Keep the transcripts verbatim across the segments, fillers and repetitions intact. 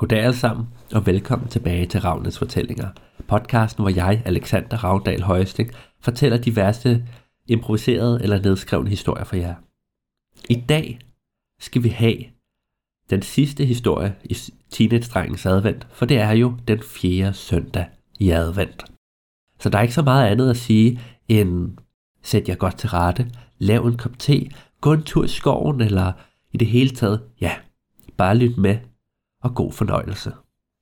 Goddag alle sammen, og velkommen tilbage til Ravnets Fortællinger. Podcasten, hvor jeg, Alexander Ravndal Højesting, fortæller diverse improviserede eller nedskrevne historier for jer. I dag skal vi have den sidste historie i Teenage-drengens advent, for det er jo den fjerde søndag i advent. Så der er ikke så meget andet at sige end sæt jer godt til rette, lav en kop te, gå en tur i skoven, eller i det hele taget, ja, bare lyt med, og god fornøjelse.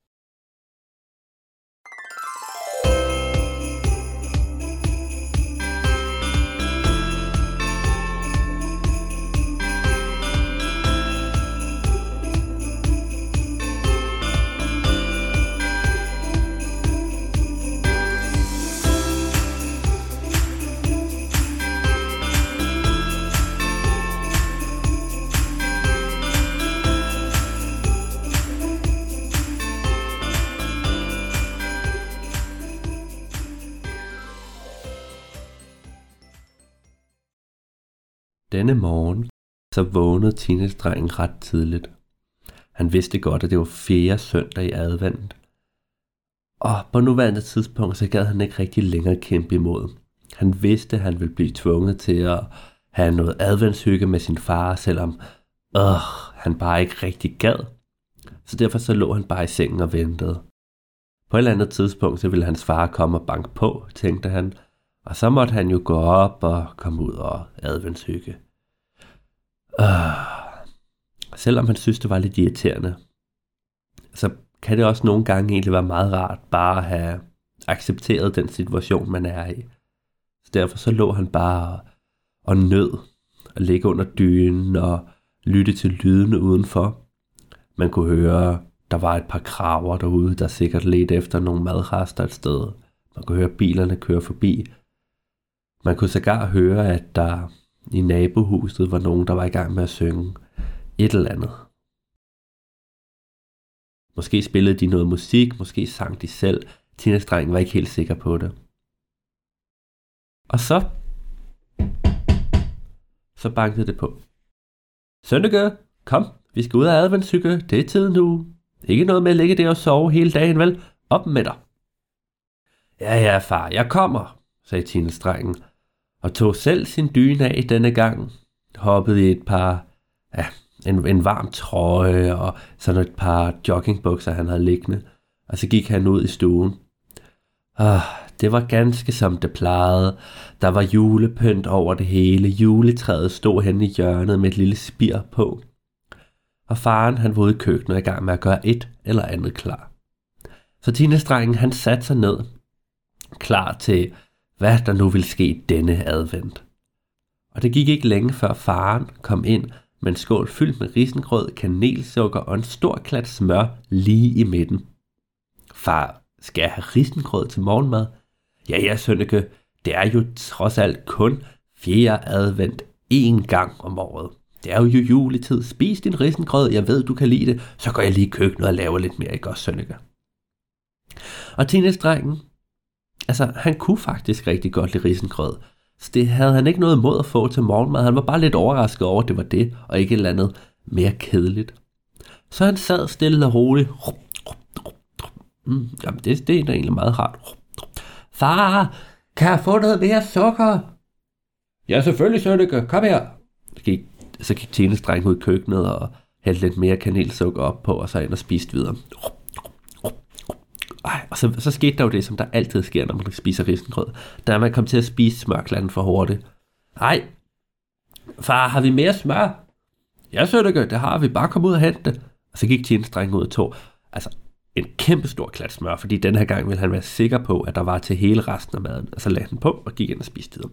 Denne morgen, så vågnede teenage-drengen ret tidligt. Han vidste godt, at det var fjerde søndag i advent. Og på nuværende tidspunkt, så gad han ikke rigtig længere kæmpe imod. Han vidste, at han ville blive tvunget til at have noget adventshygge med sin far, selvom øh, han bare ikke rigtig gad. Så derfor så lå han bare i sengen og ventede. På et eller andet tidspunkt, så ville hans far komme og banke på, tænkte han. Og så måtte han jo gå op og komme ud og adventshygge. Uh, selvom han synes, det var lidt irriterende, så kan det også nogle gange egentlig være meget rart bare at have accepteret den situation, man er i. Så derfor så lå han bare og nød at ligge under dynen og lytte til lydene udenfor. Man kunne høre, der var et par kraver derude, der sikkert ledte efter nogle madrester et sted. Man kunne høre bilerne køre forbi. Man kunne sågar høre, at der i nabohuset var nogen, der var i gang med at synge et eller andet. Måske spillede de noget musik, måske sang de selv. Teenage-drengen var ikke helt sikker på det. Og så, så bankede det på. Sønneke, kom, vi skal ud af adventshygge, det er tid nu. Ikke noget med at ligge der og sove hele dagen, vel? Op med dig. Ja, ja, far, jeg kommer, sagde teenage-drengen, og tog selv sin dyne af denne gang. Hoppede i et par, ja, en, en varm trøje og sådan et par joggingbukser, han havde liggende. Og så gik han ud i stuen. Ah, det var ganske som det plejede. Der var julepynt over det hele. Juletræet stod henne i hjørnet med et lille spir på. Og faren, han var ude i køkkenet i gang med at gøre et eller andet klar. Så teenage-drengen, han satte sig ned, klar til hvad der nu ville ske denne advent. Og det gik ikke længe før faren kom ind med en skål fyldt med risengrød, kanelsukker og en stor klat smør lige i midten. Far, skal jeg have risengrød til morgenmad? Ja, ja, Sønneke, det er jo trods alt kun fjerde advent én gang om året. Det er jo juletid. Spis din risengrød, jeg ved, du kan lide det. Så går jeg lige i køkkenet og laver lidt mere, ikke også, Sønneke? Og teenage-drengen, altså, han kunne faktisk rigtig godt lide risengrød. Så det havde han ikke noget imod at få til morgenmad. Han var bare lidt overrasket over, at det var det, og ikke et eller andet mere kedeligt. Så han sad stille og roligt. Mm, jamen, det, det er egentlig meget rart. Far, kan jeg få noget mere sukker? Ja, selvfølgelig, Sønneke. Kom her. Så gik, så gik teenage-drengen ud i køkkenet og hældte lidt mere kanelsukker op på, og så ind og spiste videre. Ej, og så, så skete der jo det, som der altid sker, når man spiser risengrød. Der er man kommet til at spise smørklanden for hurtigt. Ej, far, har vi mere smør? Ja, Sønneke, det har vi. Bare kom ud og hente det. Og så gik tjenestedrengen ud og tog altså, en kæmpe stor klat smør, fordi den her gang ville han være sikker på, at der var til hele resten af maden. Og så lagde han på og gik ind og spiste videre.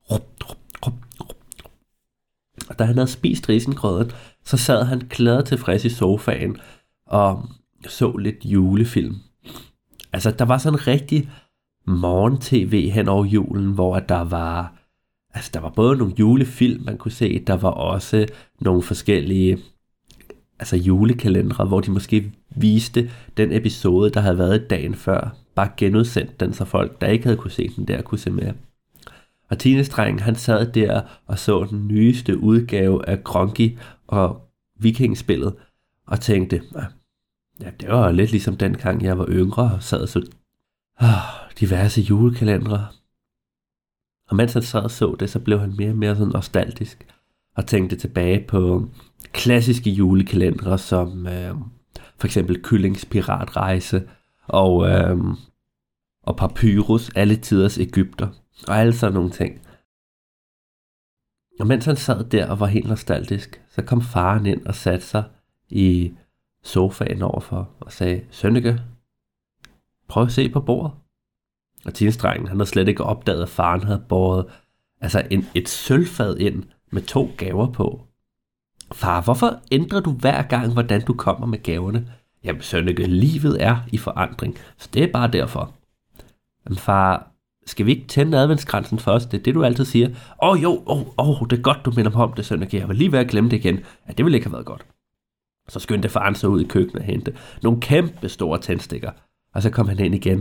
Og da han havde spist risengrøden, så sad han glad tilfreds i sofaen og så lidt julefilm. Altså, der var sådan en rigtig morgen-tv hen over julen, hvor der var, altså, der var både nogle julefilm, man kunne se, der var også nogle forskellige altså julekalendere, hvor de måske viste den episode, der havde været dagen før, bare genudsendt den, så folk, der ikke havde kunne se den der, kunne se med. Og teenage-drengen, han sad der og så den nyeste udgave af Grongi og Vikingspillet, og tænkte, Ja, det var lidt ligesom dengang jeg var yngre og sad og så oh, diverse julekalendere. Og mens han sad og så det, så blev han mere og mere sådan nostalgisk og tænkte tilbage på klassiske julekalendere som øh, for eksempel Kyllings Piratrejse og, øh, og Papyrus, Alle Tiders Egypter og alle sådan nogle ting. Og mens han sad der og var helt nostalgisk, så kom faren ind og satte sig i sofaen overfor og sagde, Sønneke, prøv at se på bordet. Og teenstrengen, han havde slet ikke opdaget, at faren havde båret altså en, et sølvfad ind med to gaver på. Far, hvorfor ændrer du hver gang, hvordan du kommer med gaverne? Jamen Sønneke, livet er i forandring, så det er bare derfor. Men far, skal vi ikke tænde adventskransen først? Det er det, du altid siger. Åh oh, jo, åh, oh, oh, det er godt, du minder mig om det, Sønneke. Jeg var lige ved at glemme det igen. Ja, det ville ikke have været godt. Så skyndte faren sig ud i køkkenet og hente nogle kæmpe store tændstikker. Og så kom han ind igen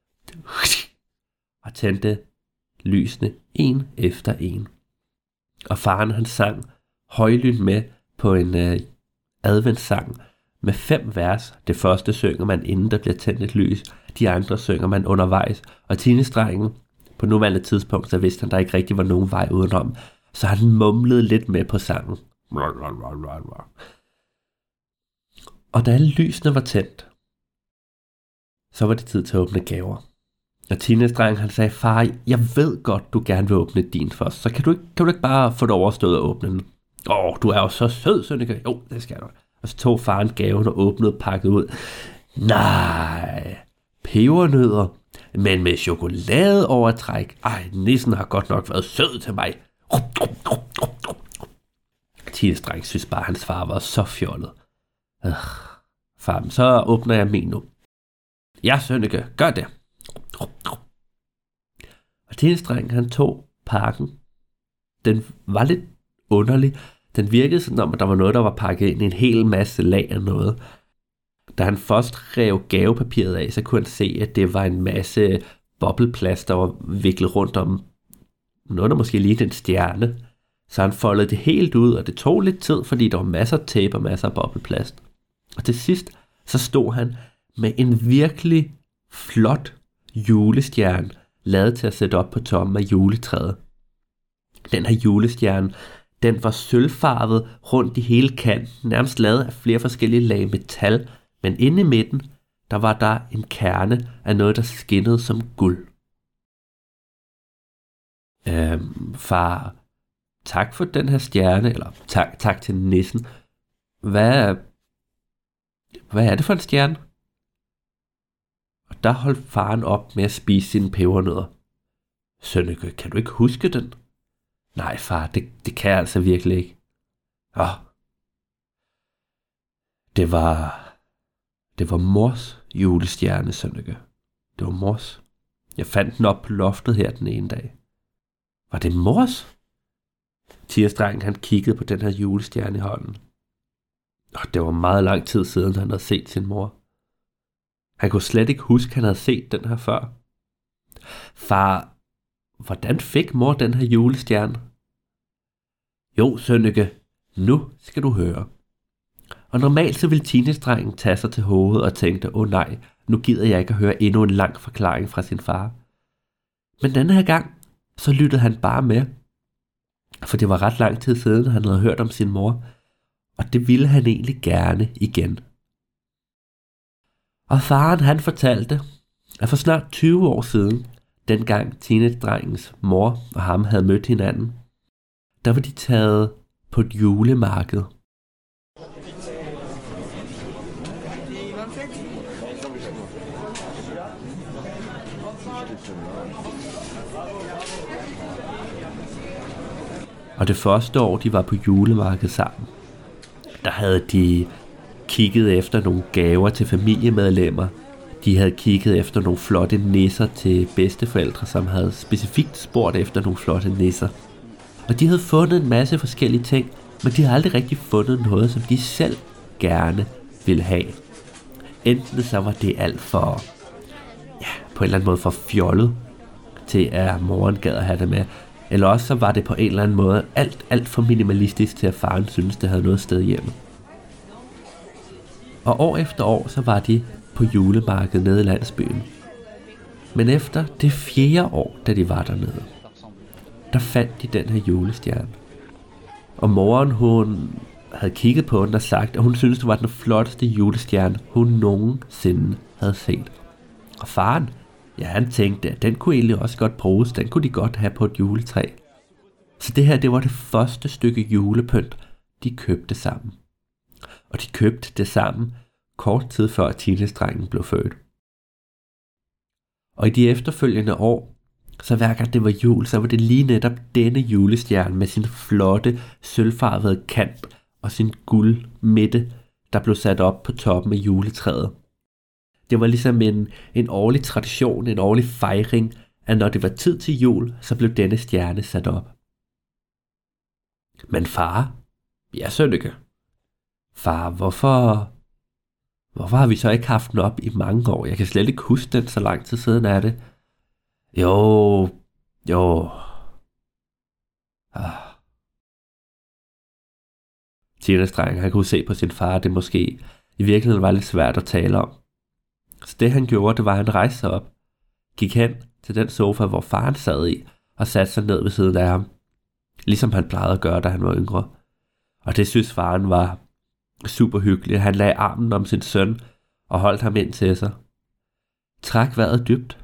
og tændte lysene en efter en. Og faren han sang højlydt med på en øh, adventssang med fem vers. Det første synger man inden der bliver tændt et lys. De andre synger man undervejs. Og teenstrengen, på nuværende tidspunkt, så vidste han, der ikke rigtig var nogen vej udenom. Så han mumlede lidt med på sangen. Og da alle lysene var tændt, så var det tid til at åbne gaver. Og teenagedrengen han sagde, far, jeg ved godt, du gerne vil åbne din først, så kan du ikke, kan du ikke bare få det overstået og åbne den? Åh, oh, du er jo så sød, Sønneke. Jo, det skal jeg nok. Og så tog faren gaven og åbnede og pakkede ud. Nej, pebernødder, men med chokoladeovertræk. Ej, nissen har godt nok været sød til mig. Teenagedrengen synes bare, hans far var så fjollet. Øh, far, så åbner jeg min nu. Ja, Sønneke, gør det. Og teenagedrengen, han tog pakken. Den var lidt underlig. Den virkede sådan om, at der var noget, der var pakket ind i en hel masse lag af noget. Da han først rev gavepapiret af, så kunne han se, at det var en masse bobleplast, der var viklet rundt om noget, der måske lignede en stjerne. Så han foldede det helt ud, og det tog lidt tid, fordi der var masser af tape og masser af bobleplast. Og til sidst, så stod han med en virkelig flot julestjerne, lavet til at sætte op på toppen af juletræet. Den her julestjerne, den var sølvfarvet rundt i hele kanten, nærmest lavet af flere forskellige lag metal, men inde i midten, der var der en kerne af noget, der skinnede som guld. Øhm, far, tak for den her stjerne, eller tak, tak til nissen. Hvad, hvad er det for en stjerne? Og der holdt faren op med at spise sine pebernødder. Sønneke, kan du ikke huske den? Nej, far, det, det kan jeg altså virkelig ikke. Åh. Det var... Det var mors julestjerne, Sønneke. Det var mors. Jeg fandt den op på loftet her den ene dag. Var det mors? Teenagedrengen, han kiggede på den her julestjerne i hånden. Og det var meget lang tid siden, han havde set sin mor. Han kunne slet ikke huske, at han havde set den her før. Far, hvordan fik mor den her julestjerne? Jo, Sønneke, nu skal du høre. Og normalt så ville teenagedrengen tage sig til hovedet og tænkte, åh oh, nej, nu gider jeg ikke at høre endnu en lang forklaring fra sin far. Men denne her gang, så lyttede han bare med. For det var ret lang tid siden, han havde hørt om sin mor. Og det ville han egentlig gerne igen. Og faren han fortalte, at for snart tyve år siden, dengang teenagedrengens mor og ham havde mødt hinanden, der var de taget på et julemarked. Og det første år, de var på julemarked sammen, der havde de kigget efter nogle gaver til familiemedlemmer. De havde kigget efter nogle flotte nisser til bedsteforældre, som havde specifikt spurgt efter nogle flotte nisser. Og de havde fundet en masse forskellige ting, men de havde aldrig rigtig fundet noget, som de selv gerne ville have. Enten så var det alt for, ja, på en eller anden måde for fjollet, til at moren gad at have det med. Eller også så var det på en eller anden måde alt, alt for minimalistisk til at faren synes det havde noget sted hjemme. Og år efter år, så var de på julemarkedet nede i landsbyen. Men efter det fjerde år, da de var dernede, der fandt de den her julestjerne. Og moren, hun havde kigget på den og sagt, at hun syntes, det var den flotteste julestjerne, hun nogensinde havde set. Og faren, ja, han tænkte, at den kunne egentlig også godt bruges, den kunne de godt have på et juletræ. Så det her, det var det første stykke julepynt, de købte sammen. Og de købte det sammen kort tid før teenagedrengen blev født. Og i de efterfølgende år, så hver gang det var jul, så var det lige netop denne julestjerne med sin flotte, sølvfarvede kant og sin guld midte, der blev sat op på toppen af juletræet. Det var ligesom en, en årlig tradition, en årlig fejring, at når det var tid til jul, så blev denne stjerne sat op. Men far, ja Sønneke, far, hvorfor, hvorfor har vi så ikke haft den op i mange år? Jeg kan slet ikke huske den, så lang tid siden er det. Jo, jo. Ah. Teenagedrengen, han kunne se på sin far, det måske i virkeligheden var lidt svært at tale om. Så det han gjorde, det var, at han rejste sig op, gik hen til den sofa, hvor faren sad i, og satte sig ned ved siden af ham, ligesom han plejede at gøre, da han var yngre. Og det synes faren var super hyggeligt. Han lagde armen om sin søn og holdt ham ind til sig. Træk vejret dybt.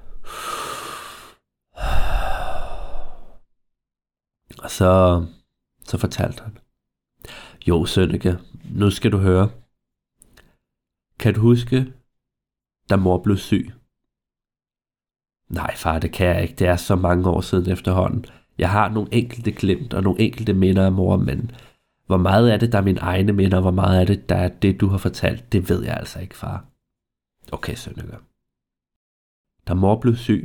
Og så, så fortalte han. Jo, Sønneke, nu skal du høre. Kan du huske, da mor blev syg? Nej, far, det kan jeg ikke. Det er så mange år siden efterhånden. Jeg har nogle enkelte glimt og nogle enkelte minder af mor, men hvor meget af det, der er mine egne minder, og hvor meget af det, der er det, du har fortalt, det ved jeg altså ikke, far. Okay, Sønneke. Da mor blev syg,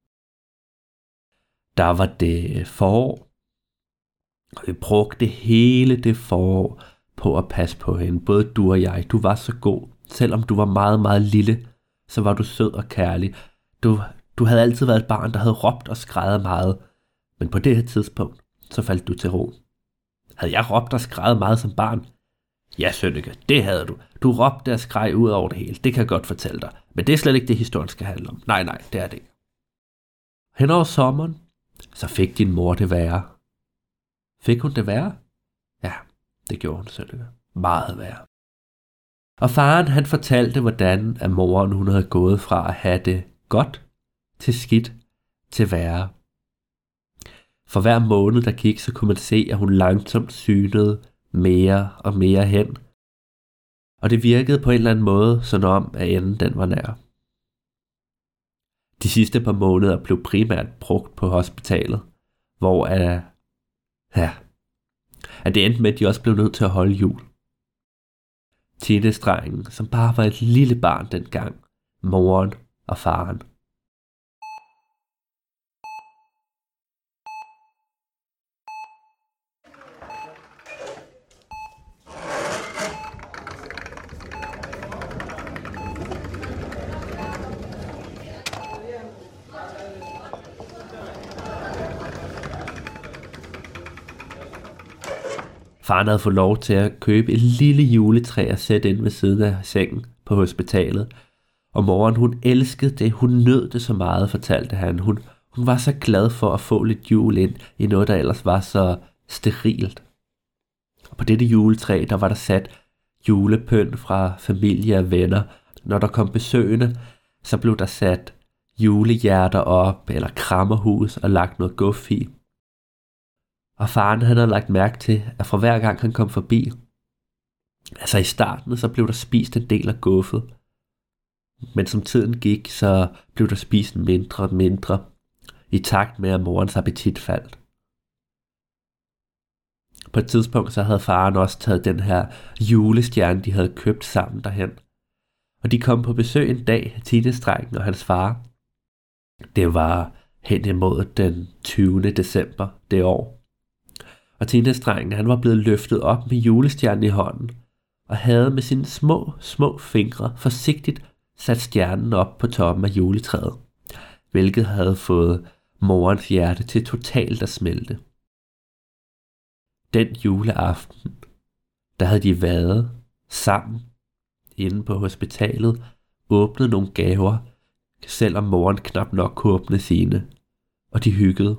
der var det forår, og vi brugte hele det forår på at passe på hende. Både du og jeg. Du var så god. Selvom du var meget, meget lille, så var du sød og kærlig. Du, du havde altid været et barn, der havde råbt og skrædet meget. Men på det her tidspunkt, så faldt du til ro. Havde jeg råbt og skrædet meget som barn? Ja, Sønneke, det havde du. Du råbte og skreg ud over det hele. Det kan jeg godt fortælle dig. Men det er slet ikke det, historien skal handle om. Nej, nej, det er det ikke. Hen over sommeren, så fik din mor det værre. Fik hun det værre? Ja, det gjorde hun, Sønneke. Meget værre. Og faren, han fortalte, hvordan at moren, hun havde gået fra at have det godt til skidt til værre. For hver måned, der gik, så kunne man se, at hun langsomt synede mere og mere hen. Og det virkede på en eller anden måde, sådan om, at enden den var nær. De sidste par måneder blev primært brugt på hospitalet, hvor at, ja, at det endte med, at de også blev nødt til at holde jul. Teenagedrengen, som bare var et lille barn dengang, moren og faren. Faren havde fået lov til at købe et lille juletræ og sætte ind ved siden af sengen på hospitalet. Og moren, hun elskede det. Hun nød det så meget, fortalte han. Hun, hun var så glad for at få lidt jul ind i noget, der ellers var så sterilt. Og på dette juletræ, der var der sat julepynt fra familie og venner. Når der kom besøgende, så blev der sat julehjerter op eller krammerhus og lagt noget guf i. Og faren, han havde lagt mærke til, at fra hver gang han kom forbi, altså i starten, så blev der spist en del af guffet. Men som tiden gik, så blev der spist mindre og mindre, i takt med, at morens appetit faldt. På et tidspunkt, så havde faren også taget den her julestjerne, de havde købt sammen derhen. Og de kom på besøg en dag, teenagedrengen og hans far. Det var hen imod den tyvende december det år. Og teenagedrengen, han var blevet løftet op med julestjernen i hånden, og havde med sine små, små fingre forsigtigt sat stjernen op på toppen af juletræet, hvilket havde fået morens hjerte til totalt at smelte. Den juleaften, der havde de været sammen inde på hospitalet åbnede nogle gaver, selvom moren knap nok kunne åbne sine, og de hyggede.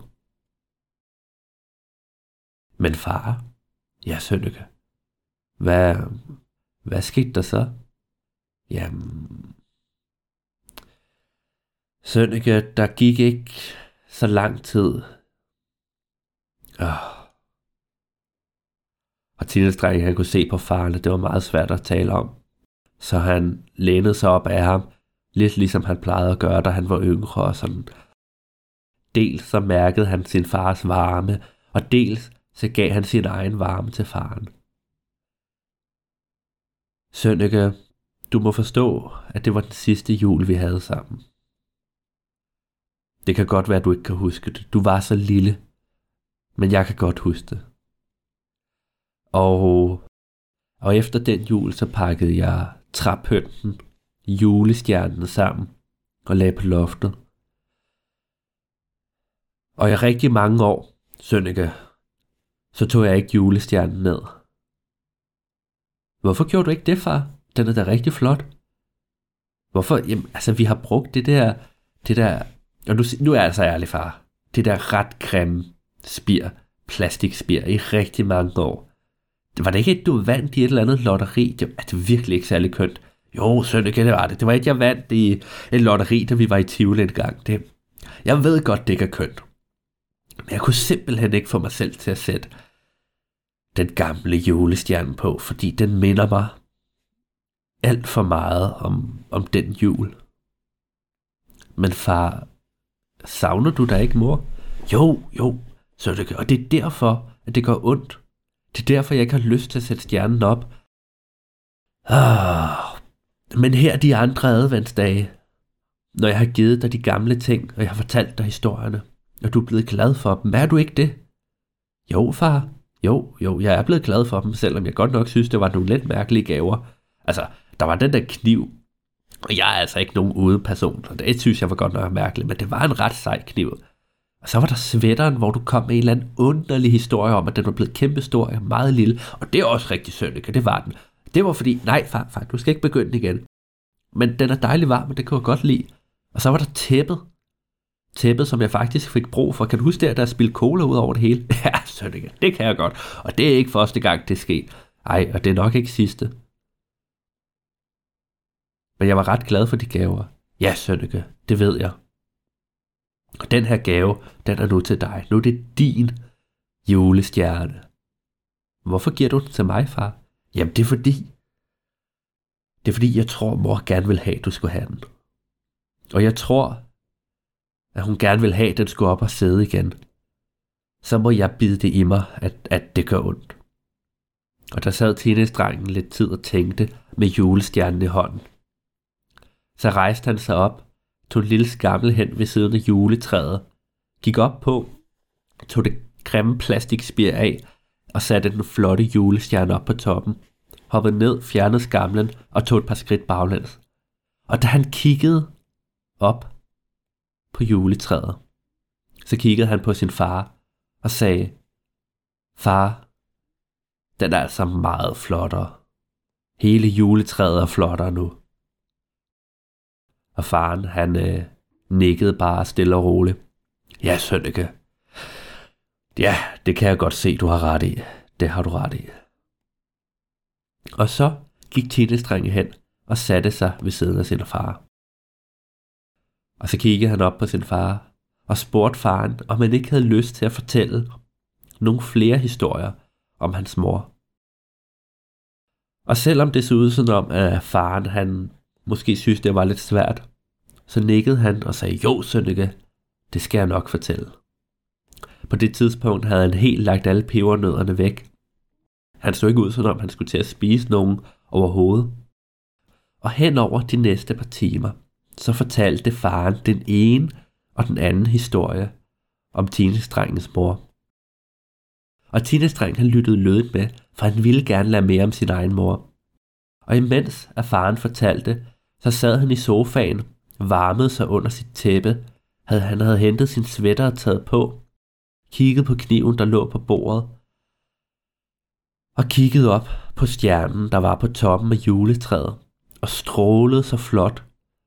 Men far, ja Sønneke, hvad, hvad skete der så? Jamen, Sønneke, der gik ikke så lang tid. Åh. Og teenage-drengen, han kunne se på faren, at det var meget svært at tale om. Så han lænede sig op af ham, lidt ligesom han plejede at gøre, da han var yngre og sådan. Dels så mærkede han sin fars varme, og dels så gav han sin egen varme til faren. Sønneke, du må forstå, at det var den sidste jul, vi havde sammen. Det kan godt være, at du ikke kan huske det. Du var så lille, men jeg kan godt huske det. Og, og efter den jul, så pakkede jeg træpynten, julestjernen sammen og lagde på loftet. Og i rigtig mange år, Sønneke, så tog jeg ikke julestjernen ned. Hvorfor gjorde du ikke det, far? Den er da rigtig flot. Hvorfor? Jamen, altså, vi har brugt det der, det der, og nu, nu er jeg altså ærlig, far, det der ret grimme spir, plastikspir i rigtig mange år. Det var det ikke et, du vandt i et eller andet lotteri? Det var, det var virkelig ikke særlig kønt. Jo, Sønneke, det var det. Det var et, jeg vandt i et lotteri, da vi var i Tivoli en gang. Det, jeg ved godt, det ikke er kønt. Men jeg kunne simpelthen ikke få mig selv til at sætte den gamle julestjerne på, fordi den minder mig alt for meget om, om den jul. Men far, savner du da ikke mor? Jo, jo, Sønneke, og det er derfor, at det gør ondt. Det er derfor, jeg ikke har lyst til at sætte stjernen op. Ah, men her de andre adventsdage, når jeg har givet dig de gamle ting, og jeg har fortalt dig historierne, og du er blevet glad for dem, er du ikke det? Jo, far. Jo, jo, jeg er blevet glad for dem, selvom jeg godt nok synes, det var nogle lidt mærkelige gaver. Altså, der var den der kniv, og jeg er altså ikke nogen ude person, og det synes jeg var godt nok mærkeligt, men det var en ret sej kniv. Og så var der sweateren, hvor du kom med en eller anden underlig historie om, at den var blevet kæmpestor og meget lille, og det er også rigtig Sønneke, det var den. Det var fordi, nej far, far, du skal ikke begynde igen. Men den er dejlig varm, og det kunne jeg godt lide. Og så var der tæppet. Tæppet, som jeg faktisk fik brug for. Kan du huske det, at der spillet cola ud over det hele? Ja, Sønneke, det kan jeg godt. Og det er ikke første gang, det skete. Ej, og det er nok ikke sidste. Men jeg var ret glad for de gaver. Ja, Sønneke, det ved jeg. Og den her gave, den er nu til dig. Nu er det din julestjerne. Hvorfor giver du den til mig, far? Jamen, det er fordi... Det er fordi, jeg tror, mor gerne vil have, at du skulle have den. Og jeg tror, at hun gerne vil have, at den skulle op og sidde igen. Så må jeg bide det i mig, at, at det gør ondt. Og der sad teenage-drengen lidt tid og tænkte med julestjernen i hånden. Så rejste han sig op, tog en lille skammel hen ved siden af juletræet, gik op på, tog det grimme plastikspir af og satte den flotte julestjerne op på toppen, hoppede ned, fjernede skamlen og tog et par skridt baglæns. Og da han kiggede op på juletræet, så kiggede han på sin far og sagde, far, den er altså meget flottere. Hele juletræet er flottere nu. Og faren, han øh, nikkede bare stille og roligt. Ja, Sønneke. Ja, det kan jeg godt se, du har ret i. Det har du ret i. Og så gik teenage-drengen hen og satte sig ved siden af sin far. Og så kiggede han op på sin far og spurgte faren, om han ikke havde lyst til at fortælle nogle flere historier om hans mor. Og selvom det så ud som om, at faren han måske synes, det var lidt svært, så nikkede han og sagde, jo Sønneke, det skal jeg nok fortælle. På det tidspunkt havde han helt lagt alle pebernødderne væk. Han så ikke ud, som om han skulle til at spise nogen overhovedet. Og hen over de næste par timer, så fortalte faren den ene og den anden historie om teenage-drengens mor. Og teenage-drengen han lyttede lødigt med, for han ville gerne lære mere om sin egen mor. Og imens at faren fortalte, så sad han i sofaen, varmede sig under sit tæppe, havde han havde hentet sin sweater og taget på, kiggede på kniven, der lå på bordet, og kiggede op på stjernen, der var på toppen af juletræet, og strålede så flot.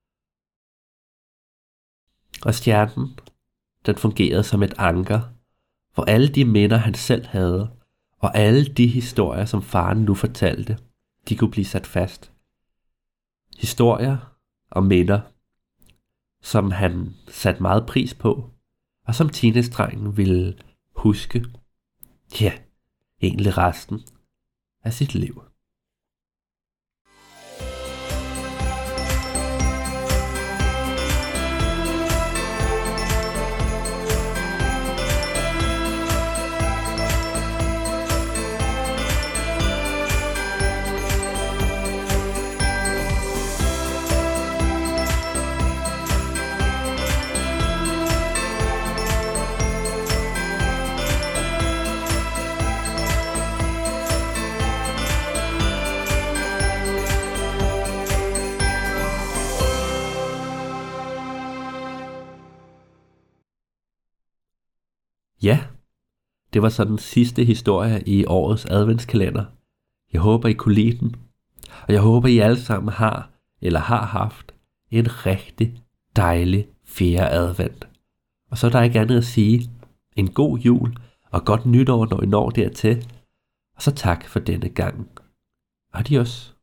Og stjernen, den fungerede som et anker, hvor alle de minder, han selv havde, og alle de historier, som faren nu fortalte, de kunne blive sat fast. Historier og minder, som han satte meget pris på, og som teenage-drengen ville huske, ja, egentlig resten af sit liv. Ja, det var så den sidste historie i årets adventskalender. Jeg håber, I kunne lide den, og jeg håber, I alle sammen har eller har haft en rigtig dejlig fjerde advent. Og så er der ikke andet at sige en god jul og godt nytår, når I når dertil. Og så tak for denne gang. Adios.